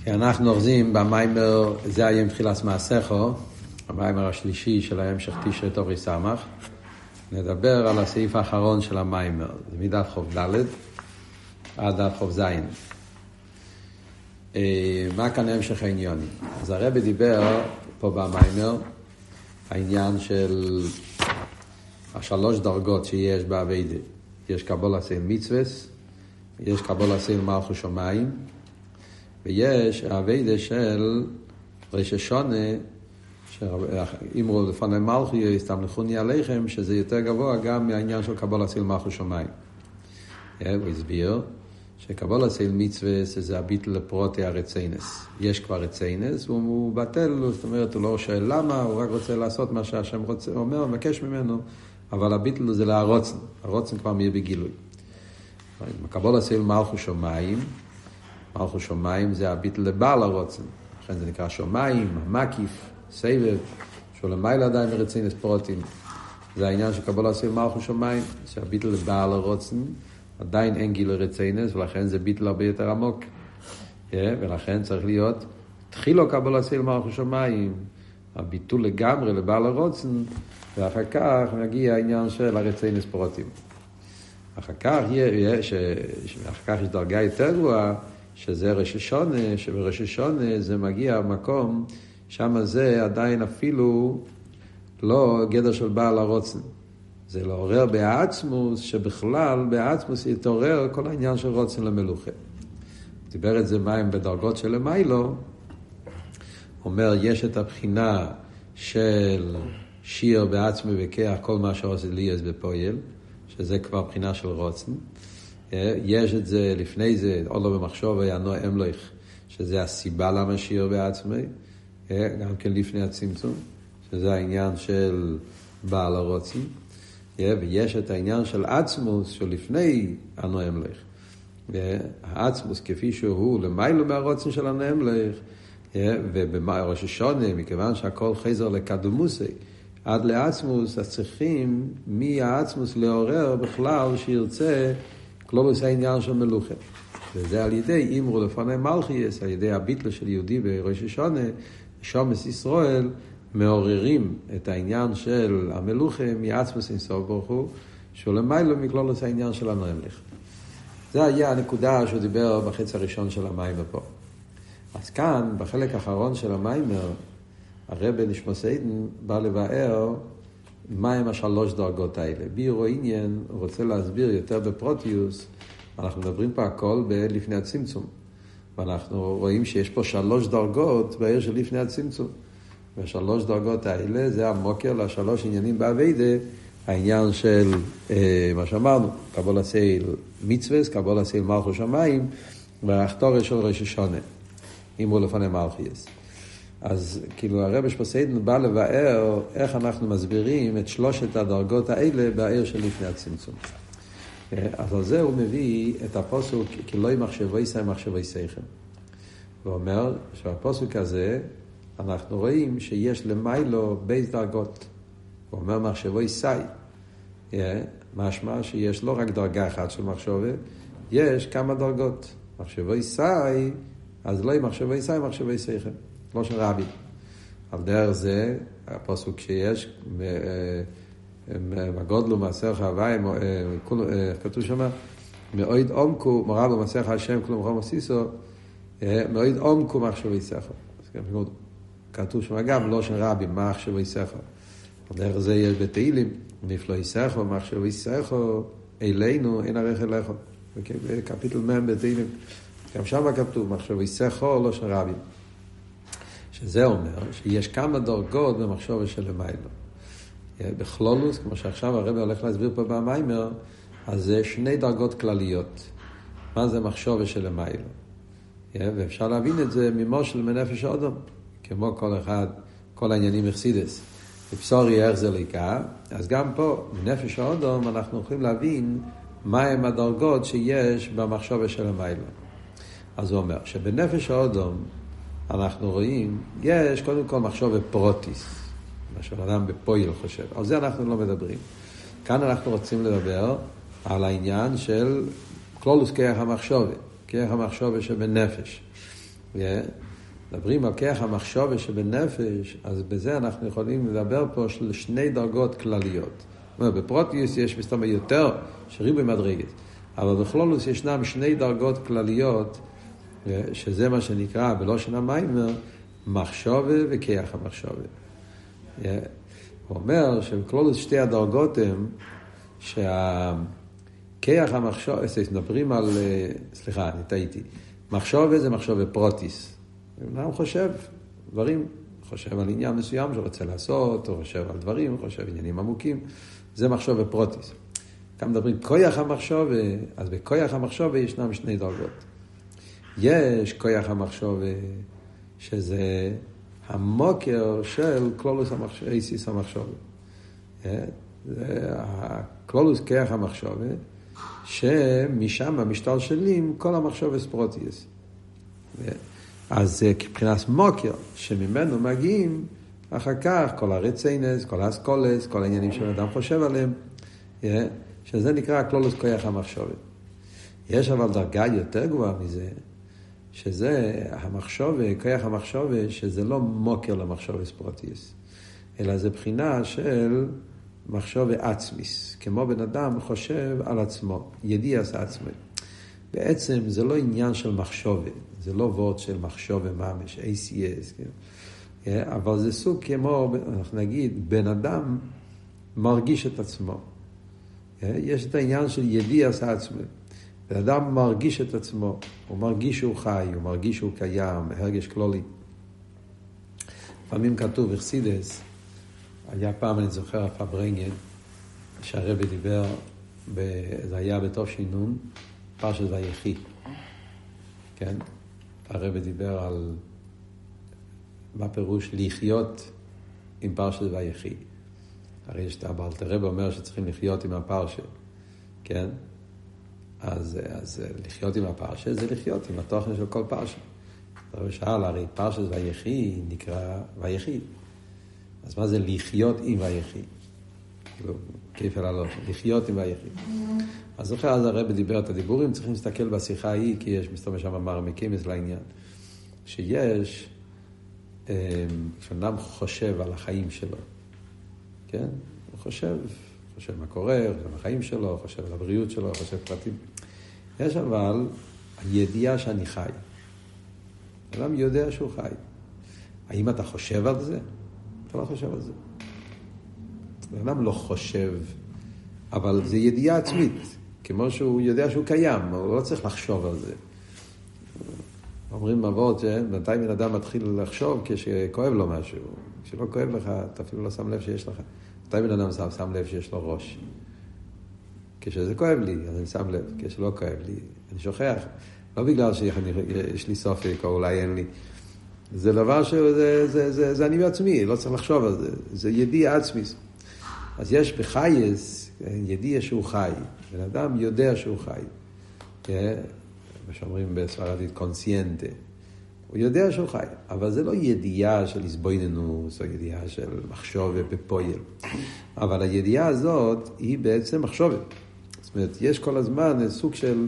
אנחנו אוחזים במיימר, זה היום תחילת מעשיכו, המיימר השלישי של ההמשך תשרי תורי סמך. נדבר על הסעיף האחרון של המיימר, זה מדף חוב ד' עד דף חוב ז'. מה כאן המשך העניוני? אז הרב דיבר פה במיימר העניין של השלוש דרגות שיש בעבודה. יש קבול עשה מצווס, יש קבול עשה מלכות שמיים, ויש העבודה של ראש השונה, שאמרו לפני מלכות יסתמכוני עליכם, שזה יותר גבוה גם מהעניין של קבול עשה מלכות שמיים. הוא הסביר שקבול עשה מצווה זה הביטל לפרוטי הרציינס. יש כבר רציינס והוא בטל, זאת אומרת הוא לא שואל למה, הוא רק רוצה לעשות מה שהשם רוצה, אומר, מבקש ממנו, אבל הביטל זה להרוצן, הרוצן כבר מהיה בגילוי. קבול עשה מלכות שמיים, מלכות שמיים זה הביטל לבעל הרוצן, לכן זה נקרא שמיים, מקיף, סבב, שלמעלה עדיין מרציינס פרוטים. זה העניין שקבול עשה מלכות שמיים, שהביטל לבעל הרוצן, עדיין אין גיל רציינס, ולכן זה ביטל הרבה יותר עמוק. ולכן צריך להיות, תחילו קבול עשה מלכות שמיים, הביטול לגמרי לבעל הרוצן, ואחר כך מגיע העניין של הרציינס פרוטים. אחר כך יש דרגה יותר גבוהה, שזה ראש השונה, שבראש השונה זה מגיע מקום, שם זה עדיין אפילו לא גדר של בעל הרוצן. זה לעורר בעצמוס, שבכלל בעצמוס יתעורר כל העניין של רוצן למלוכה. דיבר את זה מים בדרגות של למיילו, אומר יש את הבחינה של שיר בעצמי וכח, כל מה שעושה לי יש בפועל, שזה כבר בחינה של רוצן. יש את זה לפני זה, עוד לא במחשוב, יענו אמלוך, שזה הסיבה למה שיר בעצמי, גם כן לפני הצמצום, שזה העניין של בעל הרוצן. ויש את העניין של עצמוס שלפני הנאמלך. העצמוס כפי שהוא למיילו מהרוצן של הנאמלך, ובראש השונה, מכיוון שהכל חזר לקדומוסי, עד לעצמוס, אז צריכים מהעצמוס לעורר בכלל שירצה כלולוס העניין של מלוכה. וזה על ידי אמרו לפני מלכיאס, על ידי הביטל של יהודי בראש השונה, שומס ישראל, מעוררים את העניין של המלוכה מעצמוס אינסוף ברוך הוא, שלמיילו מכלולוס העניין של הנאמלך. זה היה הנקודה שהוא דיבר בחץ הראשון של המיימר פה. אז כאן, בחלק האחרון של המיימר, הרב נשמוס עדן בא לבאר מהם השלוש דרגות האלה. בירו עניין, הוא רוצה להסביר יותר בפרוטיוס, אנחנו מדברים פה הכל לפני הצמצום, ואנחנו רואים שיש פה שלוש דרגות בעיר של לפני הצמצום. והשלוש דרגות האלה זה המוקר לשלוש עניינים בעבודה, העניין של מה שאמרנו, קבול עשה מצווס, קבול עשה מלכות שמיים, והחתורה של ראש השונה, אמרו לפני מלכיאס. אז כאילו הרב שפוסיידן בא לבאר איך אנחנו מסבירים את שלושת הדרגות האלה בעיר של לפני הצמצום. אז על זה הוא מביא את הפסוק, כי לא ימחשבו יסי מחשבו יסיכם. הוא אומר שהפסוק הזה, אנחנו רואים שיש למיילו בייס דרגות. הוא אומר מחשבו יסי. משמע שיש לא רק דרגה אחת של מחשבה, יש כמה דרגות. מחשבו יסי, אז לא ימחשבו יסי מחשבו יסיכם. לא של רבי. על דרך זה, הפסוק שיש, מגודלו מעשר חוואי, כתוב שם, מאויד עומקו, מורה במעשר השם, כלום חום עשיסו, מאויד עומקו מחשבו יסכו. כתוב שם גם, לא של רבי, מחשבו יסכו. על דרך זה יש בתהילים, נפלא יסכו, מחשבו יסכו, אלינו, אין ערך אליכו. קפיטל מ' בתהילים. גם שם כתוב, מחשבו יסכו, לא של רבי. שזה אומר שיש כמה דרגות במחשבה של למיילו. בכלולוס, כמו שעכשיו הרב הולך להסביר פה במיימר, אז זה שני דרגות כלליות. מה זה מחשבה של למיילו? ואפשר להבין את זה ממושל מנפש האדם, כמו כל אחד, כל העניינים מחסידס. בפסורי איך זה ליקה, אז גם פה, מנפש האדם, אנחנו יכולים להבין מהם הדרגות שיש במחשבה של למיילו. אז הוא אומר שבנפש האדם, אנחנו רואים, יש קודם כל מחשוב פרוטיס, מה שאדם בפועל חושב. על זה אנחנו לא מדברים. כאן אנחנו רוצים לדבר על העניין של כלולוס כרך המחשוב, כרך המחשוב שבנפש. מדברים על כיח המחשבה שבנפש, אז בזה אנחנו יכולים לדבר פה של שני דרגות כלליות. בפרוטיוס יש מסתום יותר שריבוי מדרגת, אבל בכלולוס ישנם שני דרגות כלליות, שזה מה שנקרא בלושן המיימר מחשבה וכיח המחשבה. הוא אומר שבכלולוס שתי הדרגות הם שהכיח המחשבה, מדברים על, סליחה, אני טעיתי, מחשבה זה מחשבה פרוטיס. הוא חושב דברים, חושב על עניין מסוים שרוצה לעשות, או חושב על דברים, חושב עניינים עמוקים, זה מחשבה פרוטיס. כאן מדברים כוח המחשבה, אז בכוח המחשבה ישנם שני דרגות. יש כוח המחשבה שזה המוקר של כלולוס המחשבה, איסיס המחשבה. הכלולוס כוח המחשבה, שמשם משתלשלים כל המחשבה פרוטיס. אז זה מבחינת מוקר, שממנו מגיעים אחר כך כל הרציינס, כל האסכולס, כל העניינים שאדם חושב עליהם, שזה נקרא כלולוס כוח המחשבה. יש אבל דרגה יותר גבוהה מזה, שזה המחשבה, כוח המחשבה, שזה לא מוקר למחשבה ספרוטיס, אלא זה בחינה של מחשבה עצמיס, כמו בן אדם חושב על עצמו, ידיעס עצמי. בעצם זה לא עניין של מחשבה, זה לא וורד של מחשבה ממש, ACS, אבל זה סוג כמו, אנחנו נגיד, בן אדם מרגיש את עצמו. יש את העניין של ידיעס עצמי. בן אדם מרגיש את עצמו, הוא מרגיש שהוא חי, הוא מרגיש שהוא קיים, הרגש כלולי. פעמים כתוב בחסידות, היה פעם, אני זוכר, הפברנגן, שהרבי דיבר, זה היה בתש"ן, פרשת ויחי. כן? הרבי דיבר על מה פירוש לחיות עם פרשת ויחי. הרי יש את הבעלתר רבי אומר שצריכים לחיות עם הפרשה. כן? אז לחיות עם הפרשה זה לחיות עם התוכן של כל פרשה. הרבי שאל, הרי פרשת ויחי נקרא ויחי. אז מה זה לחיות עם ויחי? כיף על הלוך, לחיות עם ויחי. אז זוכר, אז הרבי דיבר את הדיבורים, צריכים להסתכל בשיחה ההיא, כי יש מסתובב שם אמר מקימס לעניין. שיש, כשאדם חושב על החיים שלו, כן? הוא חושב מה קורה, חושב על החיים שלו, חושב על הבריאות שלו, חושב פרטים. יש אבל הידיעה שאני חי. אדם יודע שהוא חי. האם אתה חושב על זה? אתה לא חושב על זה. אדם לא חושב, אבל זה ידיעה עצמית. כמו שהוא יודע שהוא קיים, הוא לא צריך לחשוב על זה. אומרים מבואות, מתי בן אדם מתחיל לחשוב כשכואב לו משהו. כשלא כואב לך, אתה אפילו לא שם לב שיש לך. מתי בן אדם שם לב שיש לו ראש. כשזה כואב לי, אז אני שם לב. כשלא כואב לי, אני שוכח. לא בגלל שיש לי סופק, או אולי אין לי. זה דבר שזה אני בעצמי, לא צריך לחשוב על זה. זה ידיעה עצמית. אז יש בחייס, ידיעה שהוא חי. בן אדם יודע שהוא חי. מה שאומרים בספרדית, קונסיינטה. הוא יודע שהוא חי. אבל זה לא ידיעה של הסבויננוס, או ידיעה של מחשוב בפועל. אבל הידיעה הזאת היא בעצם מחשוב. זאת אומרת, יש כל הזמן סוג של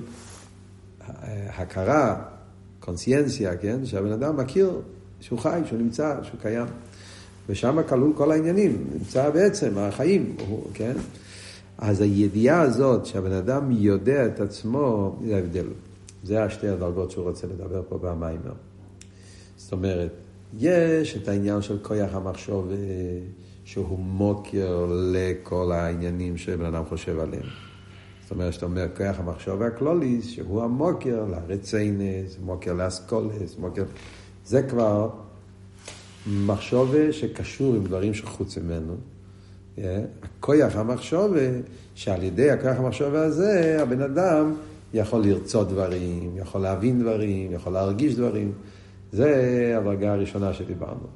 הכרה, קונסיינציה, כן? שהבן אדם מכיר שהוא חי, שהוא נמצא, שהוא קיים. ושם כלול כל העניינים, נמצא בעצם החיים, כן? אז הידיעה הזאת שהבן אדם יודע את עצמו, זה ההבדל. זה השתי הדרגות שהוא רוצה לדבר פה במיימר. זאת אומרת, יש את העניין של כוח המחשוב שהוא מוקר לכל העניינים שבן אדם חושב עליהם. זאת אומרת, שאתה אומר, כוח המחשוב והכלוליס, שהוא המוקר לרציינס, מוקר לאסכולס, מוקר... זה כבר מחשוב שקשור עם דברים שחוץ ממנו. הכוח המחשוב, שעל ידי הכוח המחשוב הזה, הבן אדם יכול לרצות דברים, יכול להבין דברים, יכול להרגיש דברים. זה הדרגה הראשונה שדיברנו.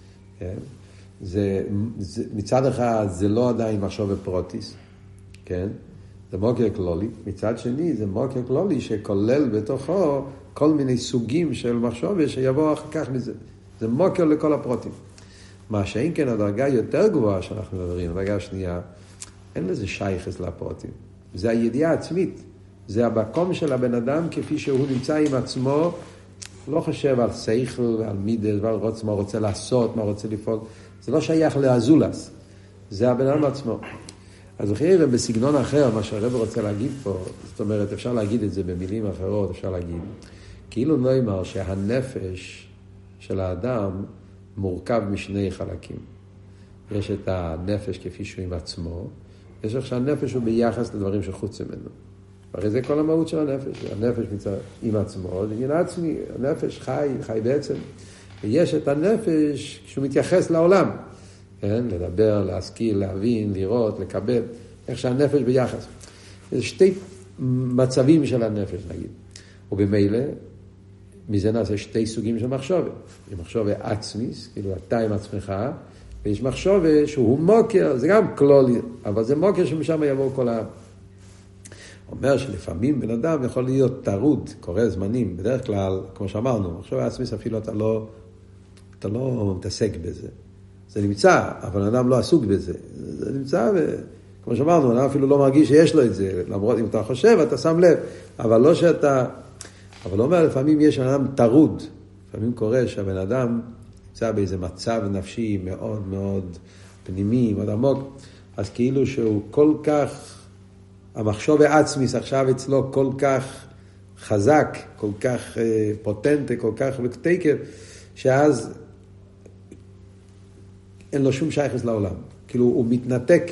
מצד אחד זה לא עדיין מחשוב פרוטיס, כן? זה מוקר כלולי. מצד שני זה מוקר כלולי שכולל בתוכו כל מיני סוגים של מחשוב שיבוא אחר כך מזה. זה מוקר לכל הפרוטים. מה שאין כן הדרגה יותר גבוהה שאנחנו מדברים, הדרגה השנייה, אין לזה שייכס לפרוטים. זה הידיעה העצמית. זה המקום של הבן אדם כפי שהוא נמצא עם עצמו, לא חושב על שכל ועל מידס ועל מה רוצה לעשות, מה רוצה לפעול. זה לא שייך לאזולס. זה הבן אדם עצמו. אז אחרי בסגנון אחר, מה שהרב רוצה להגיד פה, זאת אומרת, אפשר להגיד את זה במילים אחרות, אפשר להגיד, כאילו נאמר שהנפש של האדם מורכב משני חלקים. יש את הנפש כפי שהוא עם עצמו, יש איך שהנפש הוא ביחס לדברים שחוץ ממנו. הרי זה כל המהות של הנפש. הנפש מצד עם עצמו, זה עניין עצמי, הנפש חי בעצם. ויש את הנפש שהוא מתייחס לעולם. כן? לדבר, להשכיל, להבין, לראות, לקבל, איך שהנפש ביחס. זה שתי מצבים של הנפש, נגיד. ובמילא, מזה נעשה שתי סוגים של מחשבה. יש מחשבה עצמיס, כאילו אתה עם עצמך, ויש מחשבה שהוא מוקר, זה גם כלולי, אבל זה מוקר שמשם יבוא כל אומר שלפעמים בן אדם יכול להיות טרוד, קורא זמנים, בדרך כלל, כמו שאמרנו, מחשבה עצמיס אפילו אתה לא מתעסק בזה. זה נמצא, אבל אדם לא עסוק בזה. זה נמצא, וכמו שאמרנו, אדם אפילו לא מרגיש שיש לו את זה. למרות אם אתה חושב, אתה שם לב. אבל לא שאתה... אבל לא אומר, לפעמים יש אדם טרוד. לפעמים קורה שהבן אדם נמצא באיזה מצב נפשי מאוד מאוד פנימי, מאוד עמוק. אז כאילו שהוא כל כך... המחשוב העצמיס עכשיו אצלו כל כך חזק, כל כך פוטנטי, כל כך בתקף, שאז... אין לו שום שייכות לעולם. כאילו הוא מתנתק.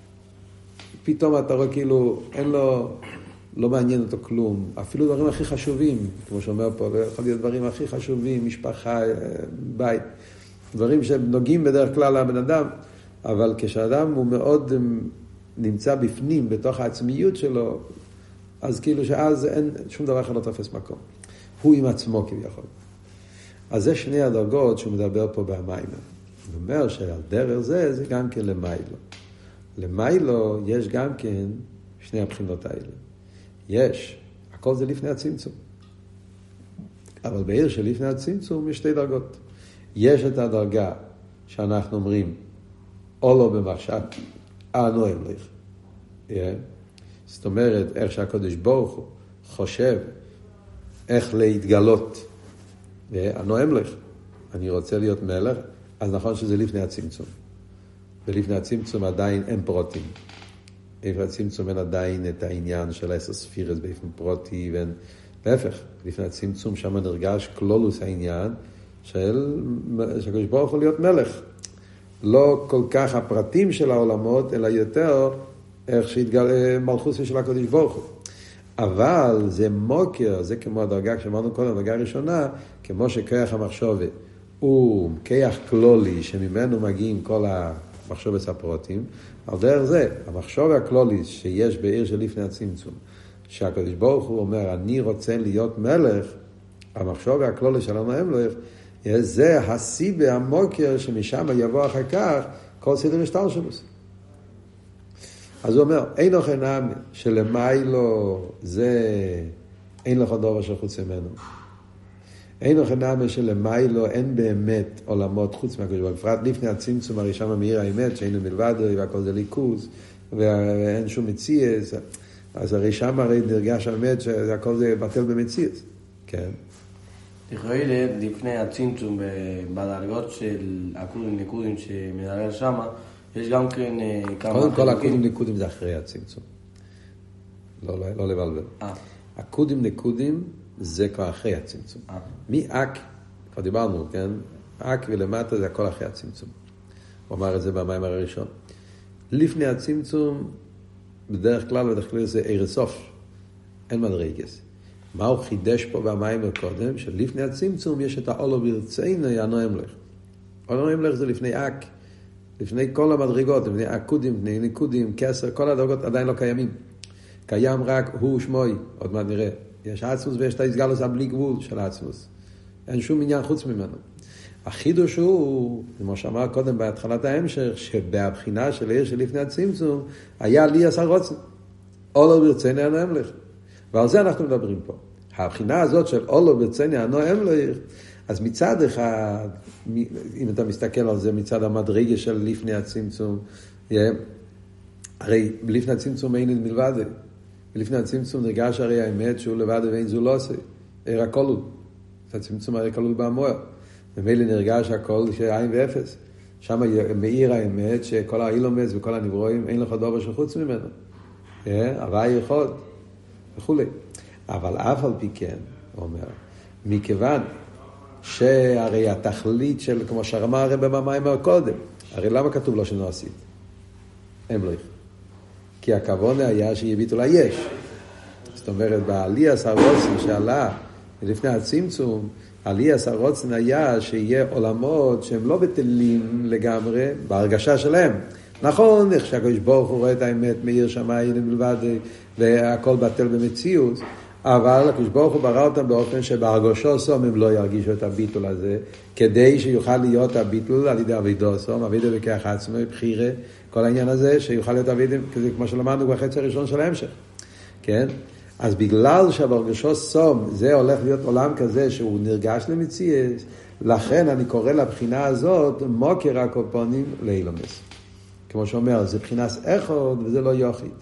פתאום אתה רואה כאילו אין לו, לא מעניין אותו כלום. אפילו דברים הכי חשובים, כמו שאומר פה, יכול להיות דברים הכי חשובים, משפחה, בית. דברים שנוגעים בדרך כלל לבן אדם, אבל כשאדם הוא מאוד נמצא בפנים, בתוך העצמיות שלו, אז כאילו שאז אין שום דבר אחר לא תופס מקום. הוא עם עצמו כביכול. אז זה שני הדרגות שהוא מדבר פה במים. הוא אומר שעל דרך זה גם כן למיילו. למיילו יש גם כן שני הבחינות האלה. יש, הכל זה לפני הצמצום. אבל בעיר שלפני הצמצום יש שתי דרגות. יש את הדרגה שאנחנו אומרים, או לא במחשב, אנו אמליך. זאת אומרת, איך שהקדוש ברוך הוא חושב איך להתגלות. אנו אמליך. אני רוצה להיות מלך. אז נכון שזה לפני הצמצום. ולפני הצמצום עדיין אין פרוטים. לפני הצמצום אין עדיין את העניין של 10 ספירס באופן פרוטי, ואין... להפך, לפני הצמצום שם נרגש כלולוס העניין שהקדוש ברוך הוא להיות מלך. לא כל כך הפרטים של העולמות, אלא יותר איך שהתגלה מלכות של הקדוש ברוך הוא. אבל זה מוקר, זה כמו הדרגה, כשאמרנו קודם, הדרגה הראשונה, כמו שכוח המחשבה. הוא כיח כלולי שממנו מגיעים כל המחשבת הפרוטים, על דרך זה, המחשב הכלולי שיש בעיר של לפני הצמצום, שהקדוש ברוך הוא אומר, אני רוצה להיות מלך, המחשב הכלולי שלנו המלך, זה הסיבה המוקר שמשם יבוא אחר כך כל סדר השטר שלו. אז הוא אומר, אין לך נעם שלמיילו זה, אין לך דבר שחוץ ממנו. אין לך נעמה שלמיילו אין באמת עולמות חוץ מהקדוש, בפרט לפני הצמצום הראשון המאיר האמת שאינו מלבד והכל זה ליכוז ואין שום מציאות, אז הרי שם הרי נרגש האמת שהכל זה בטל במציאות. כן. תכראי לפני הצמצום בדרגות של הקודים נקודים שמדבר שם, יש גם כן כמה... קודם כל הקודים נקודים זה אחרי הצמצום. לא לבלבל. הקודים נקודים זה כבר אחרי הצמצום. מאק, כבר דיברנו, כן? אק ולמטה זה הכל אחרי הצמצום. הוא אמר את זה במים הראשון. לפני הצמצום, בדרך כלל זה עיר סוף. אין מדרגס. מה הוא חידש פה במים הקודם? שלפני הצמצום יש את האולו ברצינו, יענו אמלך. אולו אמלך זה לפני אק. לפני כל המדרגות, לפני אקודים, לפני ניקודים, כסר, כל הדרגות עדיין לא קיימים. קיים רק הוא שמוי, עוד מעט נראה. יש עצמוס ויש את ההסגלוס הבלי גבול של העצמוס. אין שום עניין חוץ ממנו. החידוש הוא, כמו שאמר קודם בהתחלת ההמשך, שבבחינה של העיר שלפני הצמצום, היה לי 10 רוצים. אולו ברציני אנו אמלך. ועל זה אנחנו מדברים פה. הבחינה הזאת של אולו ברציני אנו אמלך, אז מצד אחד, אם אתה מסתכל על זה, מצד המדרגה של לפני הצמצום, הרי לפני הצמצום אין מלבד. לפני הצמצום נרגש הרי האמת שהוא לבד ואין זו לא עושה. הכל הוא. הצמצום הרי כלול במוער. ממילא נרגש הכל שעין ואפס. שם מאיר האמת שכל האילומס וכל הנברואים אין לך דבר שחוץ ממנו. הוואי יכול וכולי. אבל אף על פי כן, הוא אומר, מכיוון שהרי התכלית של, כמו שאמר הרב במאמר קודם, הרי למה כתוב לו שלא עשית? אמליך. כי הכוונה היה שיביטו לה יש. זאת אומרת, בעליית הרוצן שעלה לפני הצמצום, עליית הרוצן היה שיהיה עולמות שהם לא בטלים לגמרי בהרגשה שלהם. נכון, איך שהקדוש ברוך הוא רואה את האמת מאיר שמיים בלבד והכל בטל במציאות, אבל הקדוש ברוך הוא ברא אותם באופן שבהרגשו סום הם לא ירגישו את הביטול הזה, כדי שיוכל להיות הביטול על ידי אבידו סום, אבידו בכך עצמו, בחירה, כל העניין הזה שיוכל להיות אבידו, כמו שלמדנו בחצי הראשון של ההמשך. כן? אז בגלל שבהרגשו סום זה הולך להיות עולם כזה שהוא נרגש למציאות, לכן אני קורא לבחינה הזאת מוקר הקופונים לאילומס. כמו שאומר, זה בחינס אחד וזה לא יוחיד.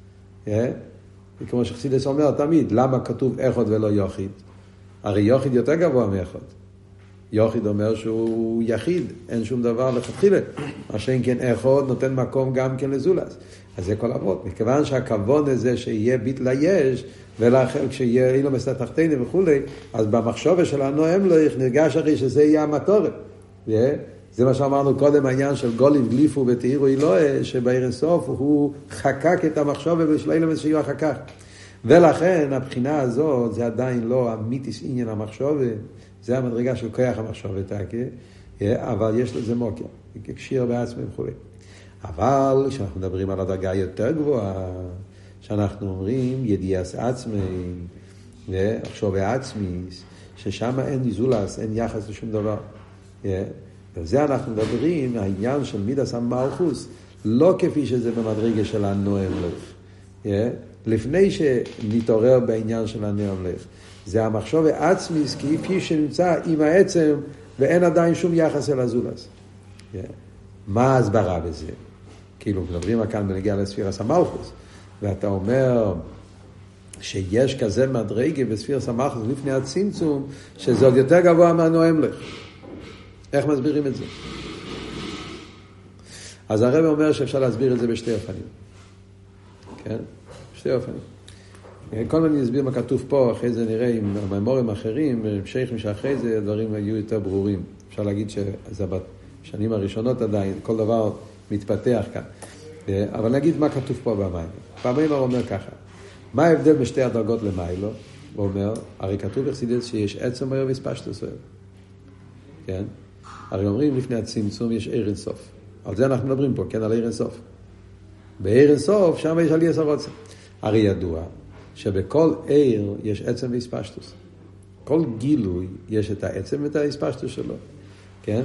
כמו שחסידס אומר תמיד, למה כתוב אחד ולא יוחיד? הרי יוחיד יותר גבוה מאחד. יוחיד אומר שהוא יחיד, אין שום דבר לכתחילה. מה שאין כן אחד נותן מקום גם כן לזולס. אז זה כל אבות. מכיוון שהכוון הזה שיהיה ביט ליש, ולאחר כשיהיה אילומס לתחתינו וכו', אז במחשבה שלנו הם לא נרגש הרי שזה יהיה המטורת. זה מה שאמרנו קודם, העניין של גולים גליפו ותאירו אלוהי, שבעיר הסוף הוא חקק את המחשבה בשביל אילומס שיהיו החקק. ולכן הבחינה הזאת זה עדיין לא אמיתיס עניין המחשבה, זה המדרגה של כוח המחשבה, אבל יש לזה מוקר, קשיר בעצמם וכו'. אבל כשאנחנו מדברים על הדרגה יותר גבוהה, שאנחנו אומרים ידיעס עצמי, מחשבה עצמיס, ששם אין ניזולס, אין יחס לשום דבר. וזה אנחנו מדברים, העניין של מידס המלכוס, לא כפי שזה במדרגה של הנועם לב. לפני שנתעורר בעניין של הנועם לב. זה המחשבה עצמיס, כפי שנמצא עם העצם, ואין עדיין שום יחס אל הזולס. מה ההסברה בזה? כאילו, מדברים כאן בנגיע לספירס המלכוס, ואתה אומר שיש כזה מדרגה בספירס המלכוס לפני הצמצום, שזה עוד יותר גבוה מהנועם לב. איך מסבירים את זה? אז הרב אומר שאפשר להסביר את זה בשתי אופנים. כן? בשתי אופנים. כל מיני נסביר מה כתוב פה, אחרי זה נראה עם המאמורים אחרים, שייכים שאחרי זה הדברים היו יותר ברורים. אפשר להגיד שזה בשנים הראשונות עדיין, כל דבר מתפתח כאן. אבל נגיד מה כתוב פה במים. פעמים הוא אומר ככה, מה ההבדל בשתי הדרגות למיילו? הוא אומר, הרי כתוב בחסידות שיש עצם מהר והספשטוס מהר. כן? הרי אומרים לפני הצמצום יש עיר אינסוף. על זה אנחנו מדברים פה, כן, על עיר אינסוף. בעיר אינסוף, שם יש עליית הרוצן. הרי ידוע שבכל עיר יש עצם והספשטוס. כל גילוי יש את העצם ואת ההספשטוס שלו. כן?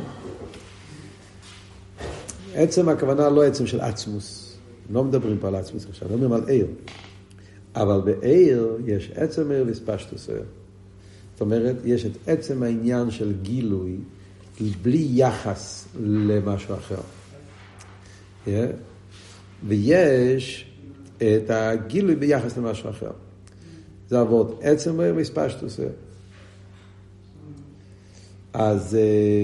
עצם הכוונה לא עצם של עצמוס. לא מדברים פה על עצמוס עכשיו, לא מדברים על עיר. אבל בעיר יש עצם עיר והספשטוס עיר. זאת אומרת, יש את עצם העניין של גילוי, בלי יחס למשהו אחר. ויש את הגילוי ביחס למשהו אחר. זה עבוד עצם עיר והספשטוס עיר. אז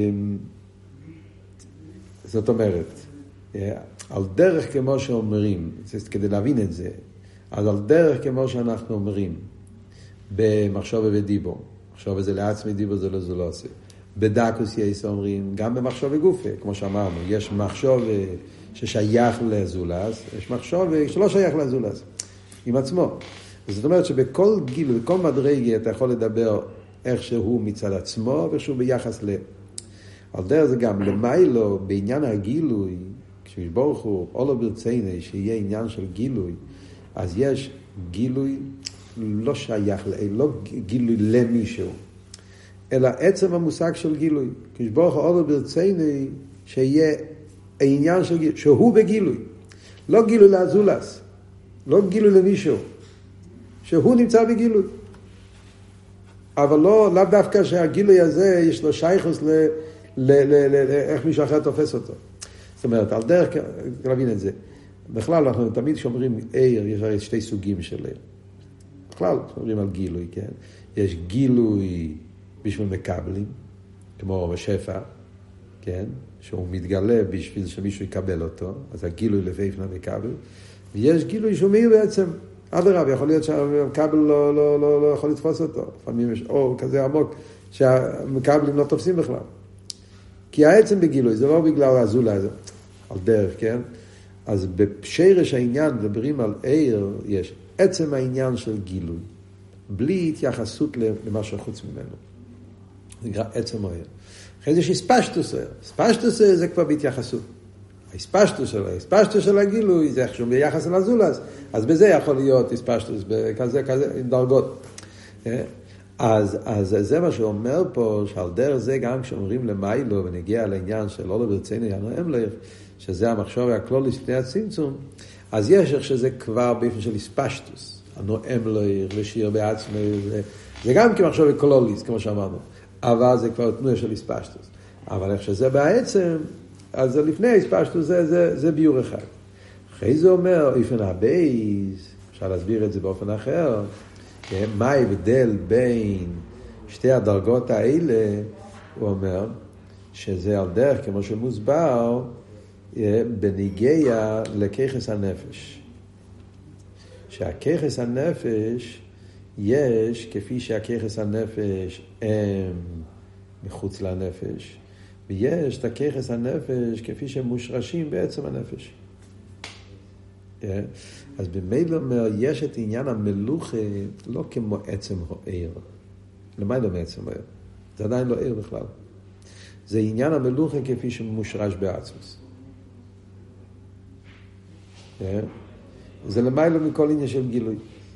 זאת אומרת, על דרך כמו שאומרים, כדי להבין את זה, אז על דרך כמו שאנחנו אומרים, במחשבה ודיבור, מחשבה זה לעצמי, דיבור זה לא זולוסי. בדקוס יש אומרים, גם במחשבה גופה, כמו שאמרנו, יש מחשבה ששייך לזולס, יש מחשבה שלא שייך לזולס, עם עצמו. זאת אומרת שבכל גילו, בכל מדרגה אתה יכול לדבר איך שהוא מצד עצמו, ואיך שהוא ביחס ל... על דרך זה גם למיילו, בעניין הגילוי, כשברוך הוא, אולו ברציני, שיהיה עניין של גילוי, אז יש גילוי לא שייך, לא גילוי למישהו, אלא עצם המושג של גילוי. כשברוך הוא, אולו ברציני, שיהיה העניין של גילוי, שהוא בגילוי. לא גילוי לאזולס, לא גילוי למישהו, שהוא נמצא בגילוי. אבל לא דווקא שהגילוי הזה יש לו שייכוס איך מישהו אחר תופס אותו. זאת אומרת, על דרך להבין את זה. בכלל, אנחנו תמיד שאומרים עיר, יש הרי שתי סוגים של עיר. בכלל, אומרים על גילוי, כן? יש גילוי בשביל מקבלים, כמו בשפע, כן? שהוא מתגלה בשביל שמישהו יקבל אותו, אז הגילוי לפעמים מקבל, ויש גילוי שהוא מאיר בעצם, אדרבה, יכול להיות שהמקבל לא יכול לתפוס אותו, לפעמים יש אור כזה עמוק, שהמקבלים לא תופסים בכלל. כי העצם בגילוי, זה לא בגלל הזולה הזה, על דרך, כן? אז בשרש העניין, מדברים על עיר, יש עצם העניין של גילוי, בלי התייחסות למשהו חוץ ממנו. זה נקרא עצם העיר. אחרי זה שהספשטוס העיר. הספשטוס זה כבר בהתייחסות. הספשטוס של הגילוי זה איכשהו ביחס לזולס. אז בזה יכול להיות הספשטוס, כזה, עם דרגות. אז זה מה שאומר פה, שעל דרך זה גם כשאומרים למיילו, ונגיע לעניין של לא ברצינו יענו אמלך, שזה המחשוב והכלוליס לפני הצמצום, אז יש איך שזה כבר באופן של הספשטוס. הנועם לך, לשיר בעצמי, זה גם כמחשוב וכלוליס, כמו שאמרנו. אבל זה כבר תנועה של הספשטוס. אבל איך שזה בעצם, אז זה לפני הספשטוס, זה ביור אחד. אחרי זה אומר, אופן הבייס, אפשר להסביר את זה באופן אחר, מה ההבדל בין שתי הדרגות האלה, הוא אומר, שזה על דרך, כמו שמוסבר, בניגיה לכיחס הנפש. שהכיחס הנפש יש, כפי שהכיחס הנפש הם מחוץ לנפש, ויש את הכיחס הנפש כפי שהם מושרשים בעצם הנפש. אז במילא אומר, יש את עניין המלוכה לא כמו עצם העיר. למה לא מעצם העיר? זה עדיין לא עיר בכלל. זה עניין המלוכה כפי שמושרש בעצמוס. זה למעלה מכל עניין של גילוי.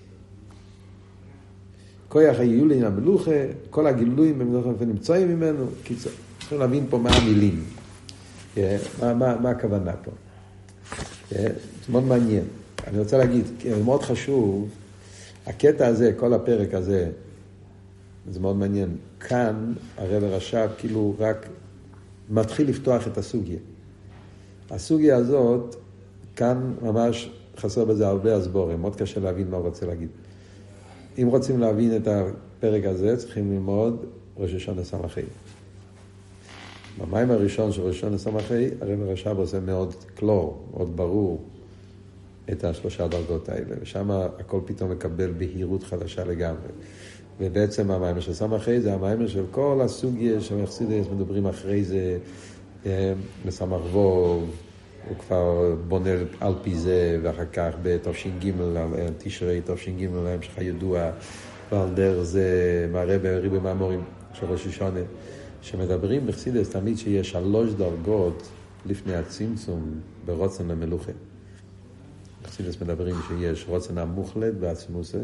כוח היולי עניין המלוכה, כל הגילויים במלוכה נמצאים ממנו. קיצור, צריכים להבין פה מה המילים. מה הכוונה פה. זה מאוד מעניין. אני רוצה להגיד, זה מאוד חשוב, הקטע הזה, כל הפרק הזה, זה מאוד מעניין. כאן הרב הרש"ב כאילו רק מתחיל לפתוח את הסוגיה. הסוגיה הזאת, כאן ממש חסר בזה הרבה הסבורים, מאוד קשה להבין מה הוא רוצה להגיד. אם רוצים להבין את הפרק הזה, צריכים ללמוד ראש השנה סמכי. במים הראשון של ראש השנה סמכי, הרב הרש"ב עושה מאוד קלור, מאוד ברור, את השלושה דרגות האלה, ושם הכל פתאום מקבל בהירות חדשה לגמרי. ובעצם המיימר של סמכי זה המיימר של כל הסוגיה שמחסידס מדברים אחרי זה, מסמך ווב, הוא כבר בונה על פי זה, ואחר כך בתש"ג, תשרי תש"ג, להמשך הידוע, ועל דרך זה מראה בריבי מאמורים של ראש השנה, שמדברים בחסידס תמיד שיש 3 דרגות לפני הצמצום ברוצן המלוכה. בחסידס מדברים שיש רוצן המוחלט בעצמוסי,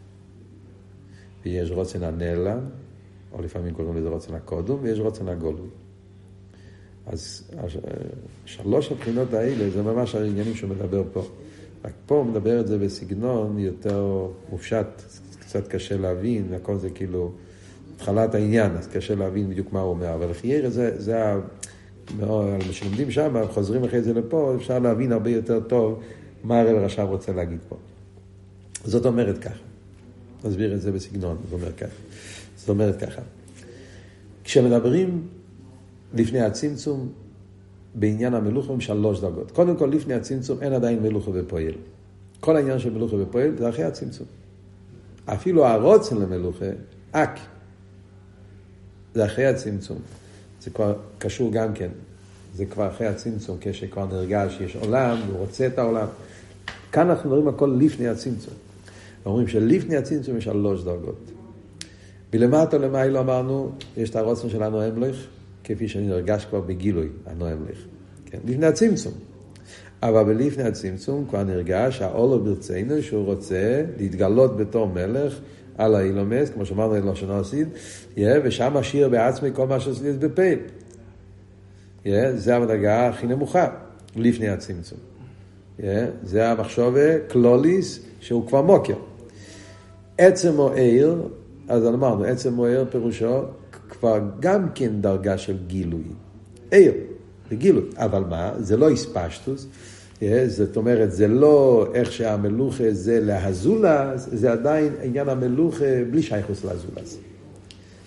ויש רוצן הנעלם, או לפעמים קוראים לזה רוצן הקודום, ויש רוצן הגולוי. אז 3 הבחינות האלה זה ממש העניינים שהוא מדבר פה. רק פה הוא מדבר את זה בסגנון יותר מופשט, קצת קשה להבין, הכל זה כאילו התחלת העניין, אז קשה להבין בדיוק מה הוא אומר. אבל חייר זה על מה שלומדים שם, חוזרים אחרי זה לפה, אפשר להבין הרבה יותר טוב מה הרב הרש"ב רוצה להגיד פה. זאת אומרת ככה. נסביר את זה בסגנון, זאת אומרת ככה. כשמדברים לפני הצמצום, בעניין המלוכה הם 3 דרגות. קודם כל, לפני הצמצום אין עדיין מלוכה ופועל. כל העניין של מלוכה ופועל זה אחרי הצמצום. אפילו הרוצן למלוכה, זה אחרי הצמצום. זה כבר קשור גם כן. זה כבר אחרי הצמצום, כשכבר נרגש שיש עולם, הוא רוצה את העולם. כאן אנחנו מדברים הכל לפני הצמצום. אומרים שלפני הצמצום יש 3 דרגות. בלמטה למיילו אמרנו, יש את הרוצן שלנו אמלך, כפי שאני נרגש כבר בגילוי, הנועם לך. כן? לפני הצמצום. אבל בלפני הצמצום כבר נרגש האולו ברצינו שהוא רוצה להתגלות בתור מלך על האילומס, כמו שאמרנו אלו שנעשיד, ושם השאיר בעצמי כל מה שעשיד בפייל. זה המדרגה הכי נמוכה, לפני הצמצום. זה המחשבה קלוליס שהוא כבר מוקר. עצם או עיר, אז אמרנו, עצם או עיר פירושו, כבר גם כן דרגה של גילוי. עיר, בגילוי. אבל מה? זה לא הספשטוס. זאת אומרת, זה לא איך שהמלוכה זה להזולס, זה עדיין עניין המלוכה בלי שייכוס להזולס.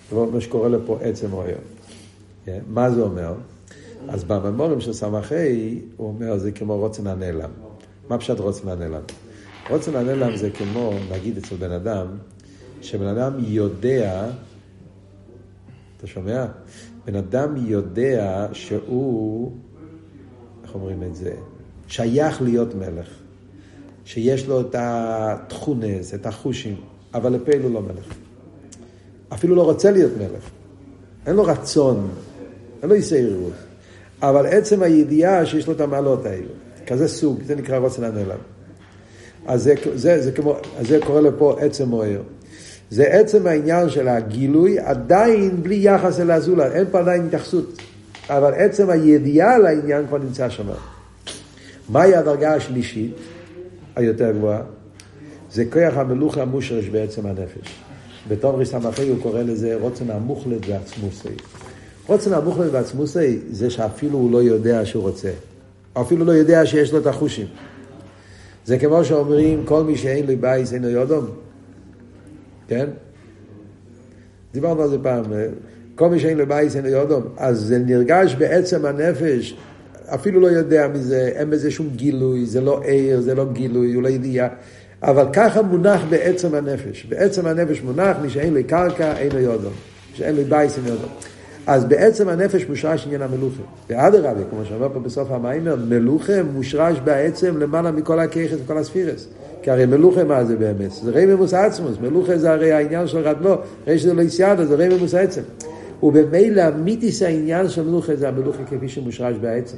מה שקורא לפה עצם אוהר. מה זה אומר? אז בממורים של סמכי, הוא אומר, זה כמו רוצן הנעלם. מה פשט רוצן הנעלם? רוצן הנעלם זה כמו, נגיד אצל בן אדם, שבן אדם יודע, אתה שומע? בן אדם יודע שהוא, איך אומרים את זה? שייך להיות מלך. שיש לו את התכונס, את החושים, אבל לפעיל הוא לא מלך. אפילו לא רוצה להיות מלך. אין לו רצון, אין לו יסעירות. אבל עצם הידיעה שיש לו את המעלות האלו, כזה סוג, זה נקרא רוצן הנעלם. אז זה קורא לפה עצם מואר. זה עצם העניין של הגילוי, עדיין בלי יחס אל הזולת, אין פה עדיין התייחסות. אבל עצם הידיעה לעניין כבר נמצא שם. מהי הדרגה השלישית, היותר גבוהה? זה כוח המלוך המושרש בעצם הנפש. בתור ריסמחי הוא קורא לזה רוצן המוחלט ועצמוסי. רוצן המוחלט ועצמוסי זה שאפילו הוא לא יודע שהוא רוצה. אפילו לא יודע שיש לו את החושים. זה כמו שאומרים, כל מי שאין לי בייס אינו יודום. כן? דיברנו על זה פעם. כל מי שאין לי בייס אינו יודום. אז זה נרגש בעצם הנפש. אפילו לא יודע מזה, אין בזה שום גילוי, זה לא עיר, זה לא גילוי, הוא לא ידיעה. אבל ככה מונח בעצם הנפש. בעצם הנפש מונח, מי שאין לי קרקע, אינו יודום. מי שאין לי בייס אינו יודום. אז בעצם הנפש מושרש עניין המלוכה. ואדרבה, כמו שאומר פה בסוף המיימר, מלוכה מושרש בעצם למעלה מכל הכיחס וכל הספירס. כי הרי מלוכה מה זה באמת? זה רי ממוס עצמוס. מלוכה זה הרי העניין של רדלו. הרי שזה לא יסיידה, זה רי ממוס עצם. ובמילא המיתיס העניין של מלוכה זה המלוכה כפי שמושרש בעצם.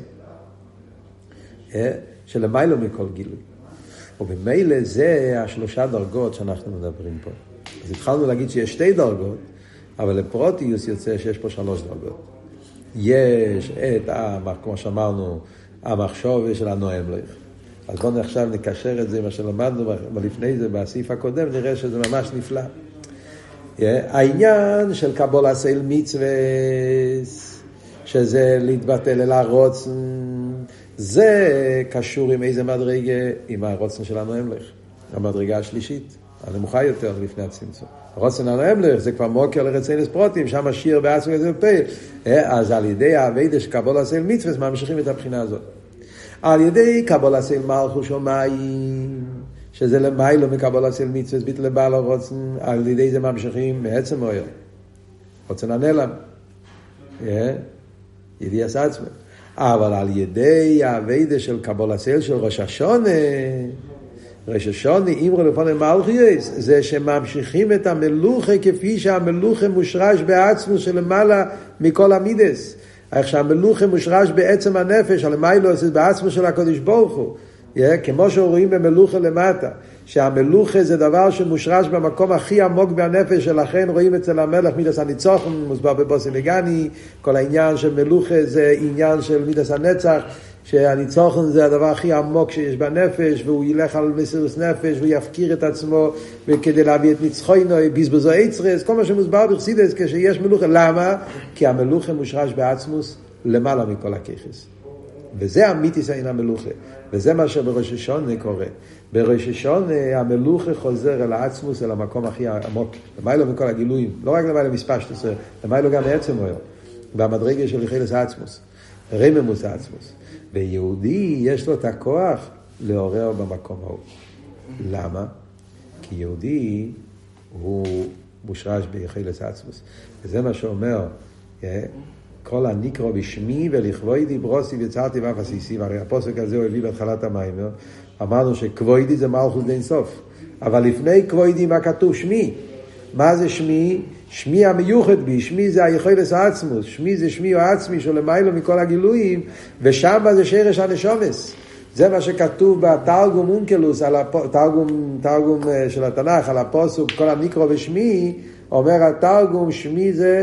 שלמיילו מכל גילוי. ובמילא זה השלושה דרגות שאנחנו מדברים פה. אז התחלנו להגיד שיש שתי דרגות, אבל לפרוטיוס יוצא שיש פה 3 דרגות. יש את, כמו שאמרנו, המחשוב של הנועם לך. אז בואו עכשיו נקשר את זה, מה שלמדנו לפני זה, בסעיף הקודם, נראה שזה ממש נפלא. העניין של קבול עשה מצווה, שזה להתבטל אל הרוצן, זה קשור עם איזה מדרגה, עם הרוצן של הנועם לך. המדרגה השלישית. הנמוכה יותר לפני הצמצום. הרוצן הנעמלך זה כבר מוקר לרצינס פרוטים, שם השיר בעצמו וזה בפעיל. אז על ידי העבודה של קבול עשה מצווה, ממשיכים את הבחינה הזאת. על ידי קבול עשה מלכות שמיים, שזה למיילו מקבול עשה מצווה, ביטל לבעל הרוצן, על ידי זה ממשיכים מעצם מויר. רוצן הנעלם. ידיע עשה עצמו. אבל על ידי העבודה של קבול עשה של ראש השונה, ראש השונה, אמרו לפני מלכוס, זה שממשיכים את המלוכה כפי שהמלוכה מושרש בעצמו שלמעלה מכל המידס. איך שהמלוכה מושרש בעצם הנפש, על מיילו זה בעצמו של הקדוש ברוך הוא. כמו שרואים במלוכה למטה, שהמלוכה זה דבר שמושרש במקום הכי עמוק בנפש, שלכן רואים אצל המלך מידס הניצוחן, מוסבר בבוסי מגני, כל העניין של מלוכה זה עניין של מידס הנצח, שהניצוחן זה הדבר הכי עמוק שיש בנפש, והוא ילך על מסירות נפש, והוא יפקיר את עצמו, וכדי להביא את ניצחונו, בזבזו יצרס, כל מה שמוסבר בחסידות כשיש מלוכה. למה? כי המלוכה מושרש בעצמוס למעלה מכל הכיחס. וזה אמיתיס העניין המלוכה. וזה מה שבראש השונה קורה. בראש השונה המלוכה חוזר אל העצמוס, אל המקום הכי עמוק. למעלה מכל הגילויים. לא רק למעלה מספר 12, למעלה גם בעצם הוא. במדרגה של חילס העצמוס. רממוס העצמוס. ויהודי יש לו את הכוח לעורר במקום ההוא. למה? כי יהודי הוא מושרש בחילס העצמוס. וזה מה שאומר, כל הנקרא בשמי ולכבודי ברוסי ויצרתי ואף עשיסי, והרי הפוסק הזה הוא הביא בהתחלת המיימר, אמרנו שכבודי זה מלכות דין סוף, אבל לפני כבודי מה כתוב? שמי. מה זה שמי? שמי המיוחד בי, שמי זה היכולת העצמוס, שמי זה שמי או עצמי שלמיילו מכל הגילויים, ושם זה שרש הנשומס. זה מה שכתוב בתרגום אונקלוס, תרגום של התנ"ך, על הפוסוק, כל הנקרא בשמי, אומר התרגום, שמי זה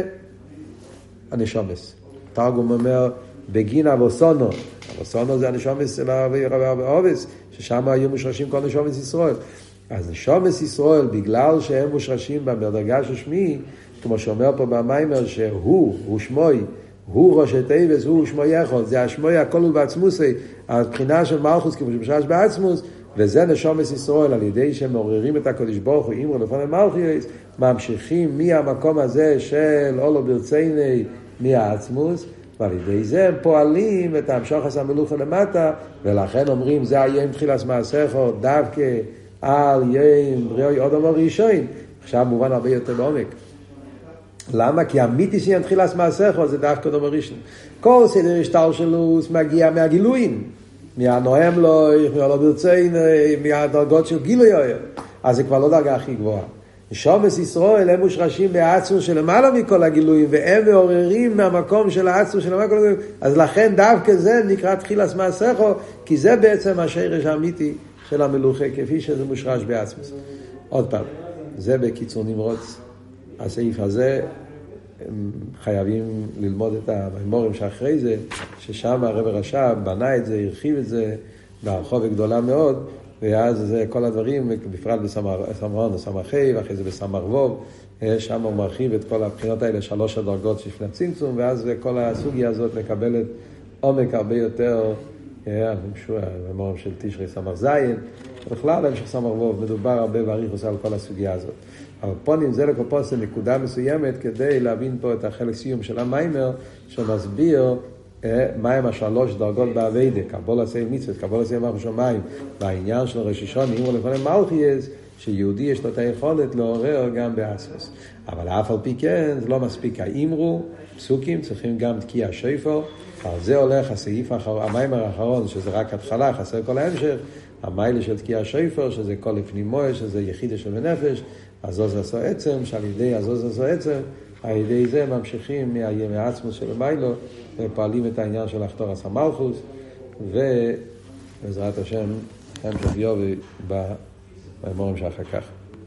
הנשומס. תרגום אומר, בגין אבוסונו, אבוסונו זה הנשומס של האובס, ששם היו מושרשים כל נשומס ישראל. אז נשומס ישראל, בגלל שהם מושרשים במדרגה של שמי, כמו שאומר פה במיימר, שהוא שמוי, הוא ראש התיבס, הוא שמוי יכול, זה השמוי הכל הוא בעצמוסי, הבחינה של מלכוס כמו שמושרש בעצמוס, וזה נשומת ישראל, על ידי שהם מעוררים את הקדוש ברוך הוא, אמרו לפני מלכוס, ממשיכים מהמקום הזה של אולו ברציני, מהעצמוס, ועל ידי זה הם פועלים את המשוחס המלוכה למטה, ולכן אומרים, זה היום תחילת מעשיך, דווקא על יום בריאוי אדם הראשון, עכשיו מובן הרבה יותר בעומק. למה? כי אמיתי שיהיה תחילת מעשיך זה דווקא אדם הראשון. כל סדר השתלשלות מגיע מהגילויים, מהנועם לו, מהלא ברציני, מהדרגות של גילוי. אז זה כבר לא דרגה הכי גבוהה. נשומת ישראל הם מושרשים בעצמוס שלמעלה מכל הגילויים, והם מעוררים מהמקום של העצמוס שלמעלה מכל הגילויים. אז לכן דווקא זה נקרא תחילת מעשיך, כי זה בעצם השרש האמיתי של המלוכה, כפי שזה מושרש בעצמוס. עוד פעם, זה בקיצור נמרוץ. הסעיף הזה חייבים ללמוד את המיימורים שאחרי זה, ששם הרב רש"ב בנה את זה, הרחיב את זה בהרחבה גדולה מאוד, ואז זה כל הדברים, בפרט בסמרון וסמכי, ואחרי זה בסמר ווב, שם הוא מרחיב את כל הבחינות האלה, 3 הדרגות של הצמצום, ואז כל הסוגיה הזאת מקבלת עומק הרבה יותר, המיימורים של תשרי סמר זין, בכלל המשך סמר ווב, מדובר הרבה ואריכוס על כל הסוגיה הזאת. אבל פה נמצא לקופוסה נקודה מסוימת כדי להבין פה את החלק סיום של המיימר שמסביר מהם 3 דרגות בעבודה, קבלה סייל מצוות, קבלה סייל מלכות שמיים, והעניין של ראש השנה, אמרו לפני מלכות, שיהודי יש לו את היכולת לעורר גם בעצמוס. אבל אף על פי כן, זה לא מספיק האמרו, פסוקים, צריכים גם תקיע שופר, על זה הולך הסעיף המיימר האחרון, שזה רק התחלה, חסר כל ההמשך, המיילה של תקיע שופר, שזה כל לפנימוי, שזה יחידה של הנפש, הזוז עשו עצם, שעל ידי הזוז עשו עצם, על ידי זה ממשיכים מהעצמוס של מיילו, ופועלים את העניין של לחתור עשה מלכוס, ובעזרת השם, המשך יובי במיימורים שאחר כך.